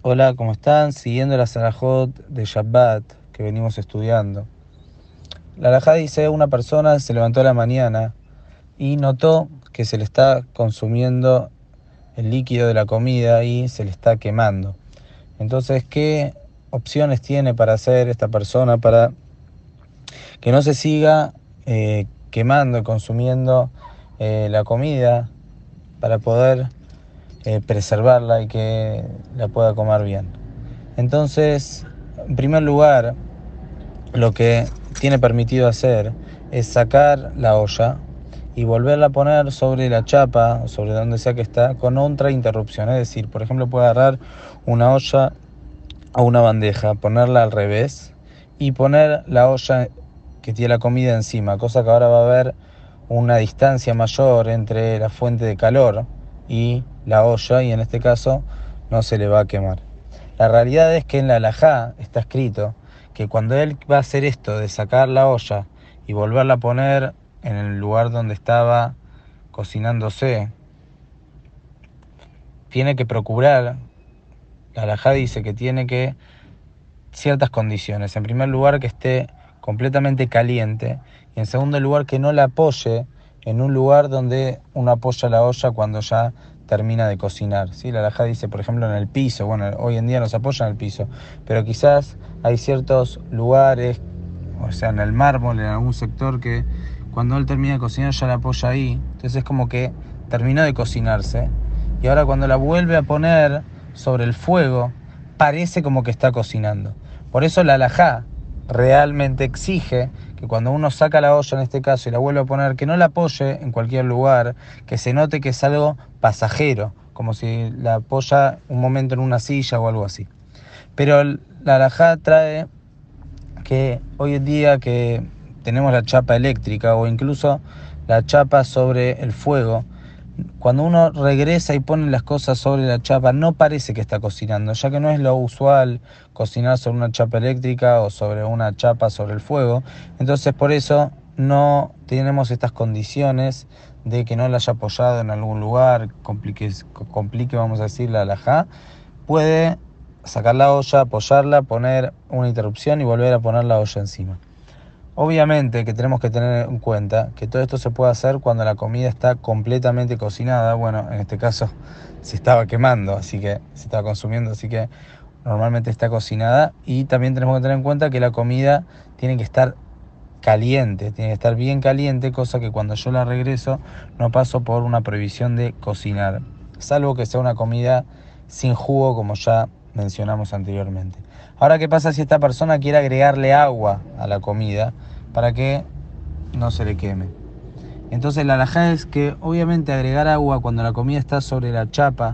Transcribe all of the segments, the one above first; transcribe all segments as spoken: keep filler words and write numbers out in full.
Hola, ¿cómo están? Siguiendo la Salahot de Shabbat que venimos estudiando. La halajá dice, una persona se levantó a la mañana y notó que se le está consumiendo el líquido de la comida y se le está quemando. Entonces, ¿qué opciones tiene para hacer esta persona para que no se siga eh, quemando y consumiendo eh, la comida, para poder eh, preservarla y que la pueda comer bien? Entonces, en primer lugar, lo que tiene permitido hacer es sacar la olla y volverla a poner sobre la chapa o sobre donde sea que está con otra interrupción. Es decir, por ejemplo, puede agarrar una olla o una bandeja, ponerla al revés y poner la olla que tiene la comida encima, cosa que ahora va a haber una distancia mayor entre la fuente de calor y la olla, y en este caso no se le va a quemar. La realidad es que en la halajá está escrito que cuando él va a hacer esto de sacar la olla y volverla a poner en el lugar donde estaba cocinándose, tiene que procurar, la halajá dice que tiene que ciertas condiciones. En primer lugar, que esté completamente caliente, y en segundo lugar, que no la apoye en un lugar donde uno apoya la olla cuando ya termina de cocinar, ¿sí? La halajá dice, por ejemplo, en el piso. Bueno, hoy en día no se apoya en el piso, pero quizás hay ciertos lugares, o sea, en el mármol, en algún sector, que cuando él termina de cocinar ya la apoya ahí. Entonces es como que terminó de cocinarse, y ahora cuando la vuelve a poner sobre el fuego, parece como que está cocinando. Por eso la halajá realmente exige que cuando uno saca la olla, en este caso, y la vuelve a poner, que no la apoye en cualquier lugar, que se note que es algo pasajero, como si la apoya un momento en una silla o algo así. Pero la halajá trae que hoy en día que tenemos la chapa eléctrica o incluso la chapa sobre el fuego, cuando uno regresa y pone las cosas sobre la chapa, no parece que está cocinando, ya que no es lo usual cocinar sobre una chapa eléctrica o sobre una chapa sobre el fuego. Entonces, por eso no tenemos estas condiciones de que no la haya apoyado en algún lugar, complique, complique vamos a decir, la halajá. Puede sacar la olla, apoyarla, poner una interrupción y volver a poner la olla encima. Obviamente que tenemos que tener en cuenta que todo esto se puede hacer cuando la comida está completamente cocinada. Bueno, en este caso se estaba quemando, así que se estaba consumiendo, así que normalmente está cocinada. Y también tenemos que tener en cuenta que la comida tiene que estar caliente, tiene que estar bien caliente, cosa que cuando yo la regreso no paso por una prohibición de cocinar, salvo que sea una comida sin jugo, como ya mencionamos anteriormente. Ahora, ¿qué pasa si esta persona quiere agregarle agua a la comida para que no se le queme? Entonces la halajá es que obviamente agregar agua cuando la comida está sobre la chapa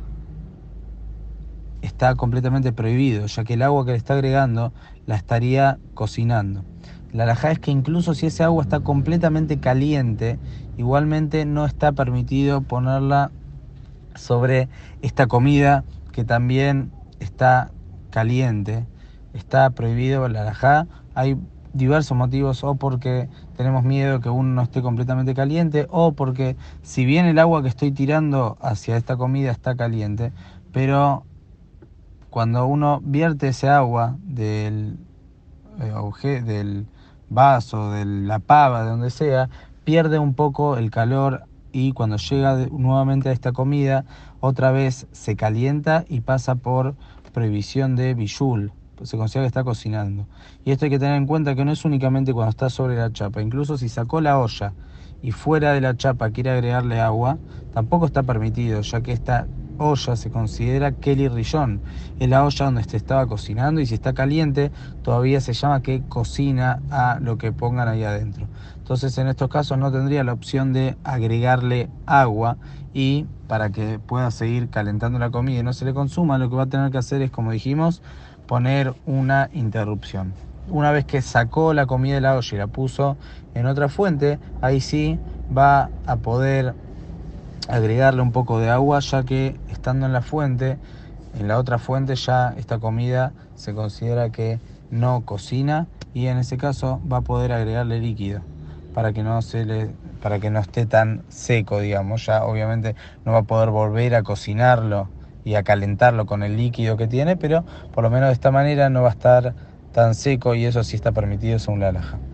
está completamente prohibido, ya que el agua que le está agregando la estaría cocinando. La halajá es que incluso si ese agua está completamente caliente, igualmente no está permitido ponerla sobre esta comida que también está caliente. Está prohibido la halajá. Hay diversos motivos, o porque tenemos miedo que uno no esté completamente caliente, o porque si bien el agua que estoy tirando hacia esta comida está caliente, pero cuando uno vierte ese agua del, eh, obje- del vaso, de la pava, de donde sea, pierde un poco el calor, y cuando llega de, nuevamente a esta comida, otra vez se calienta y pasa por prohibición de bishul, pues se considera que está cocinando. Y esto hay que tener en cuenta que no es únicamente cuando está sobre la chapa, incluso si sacó la olla y fuera de la chapa quiere agregarle agua, tampoco está permitido, ya que esta olla se considera Keli Rillón, es la olla donde se estaba cocinando, y si está caliente todavía se llama que cocina a lo que pongan ahí adentro. Entonces en estos casos no tendría la opción de agregarle agua, y para que pueda seguir calentando la comida y no se le consuma, lo que va a tener que hacer es, como dijimos, poner una interrupción. Una vez que sacó la comida de la olla y la puso en otra fuente, ahí sí va a poder agregarle un poco de agua, ya que estando en la fuente, en la otra fuente, ya esta comida se considera que no cocina, y en ese caso va a poder agregarle líquido para que no se le para que no esté tan seco, digamos. Ya obviamente no va a poder volver a cocinarlo y a calentarlo con el líquido que tiene, pero por lo menos de esta manera no va a estar tan seco y eso sí está permitido según la halajá.